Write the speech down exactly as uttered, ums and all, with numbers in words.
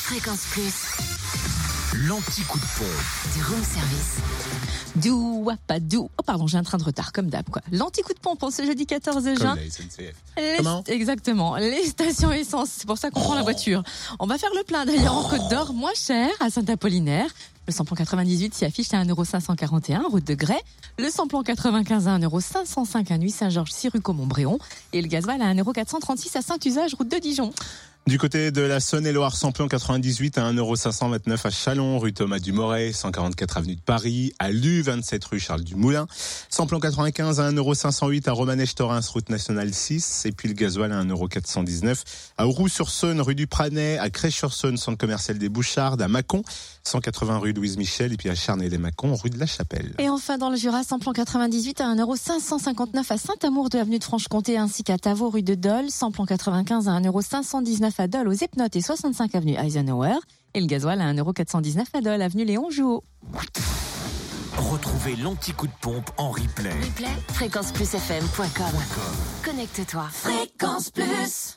Fréquence Plus. L'anti-coup de pompe. Du room service. Do, pas do. Oh pardon, j'ai un train de retard, comme d'hab, quoi. L'anti-coup de pompe, en ce jeudi quatorze juin. Comme la S N C F. Les- Comment Exactement. Les stations essence, c'est pour ça qu'on prend la voiture. On va faire le plein d'ailleurs en Côte d'Or, moins cher, à Saint-Apollinaire. Le samplon quatre-vingt-dix-huit s'y affiche à un euro cinq cent quarante et un, route de Grès. Le samplon quatre-vingt-quinze à un euro cinq cent cinq à Nuit-Saint-Georges, six rue Caumont-Bréon. Et le gasoil à un euro quatre cent trente-six à Saint-Usage, route de Dijon. Du côté de la Saône-et-Loire, samplon quatre-vingt-dix-huit à un euro cinq cent vingt-neuf à Châlons, rue Thomas Dumoret, cent quarante-quatre avenue de Paris, à Lue, vingt-sept rue Charles Dumoulin. Samplon quatre-vingt-quinze à un euro cinq cent huit à Romanèche-Thorens, route nationale six. Et puis le gasoil à un euro quatre cent dix-neuf à Roux-sur-Saône, rue du Pranay, à Crèche-sur-Saône, centre commercial des Bouchardes, à Mâcon, cent quatre-vingts rue Louise Michel, et puis à Charnay-les-Mâcon, rue de la Chapelle. Et enfin, dans le Jura, samplon quatre-vingt-dix-huit à un euro cinq cent cinquante-neuf à Saint-Amour de avenue de Franche-Comté, ainsi qu'à Tavaux, rue de Dole. Samplon quatre-vingt-quinze à un euro cinq cent dix-neuf à Dole, aux Epnotes et soixante-cinq avenue Eisenhower. Et le gasoil à un euro quatre cent dix-neuf à Dole, avenue Léon Jouot. Retrouvez l'anti-coup de pompe en replay. Replay, fréquence plus f m point com. Connecte-toi. Fréquence Plus.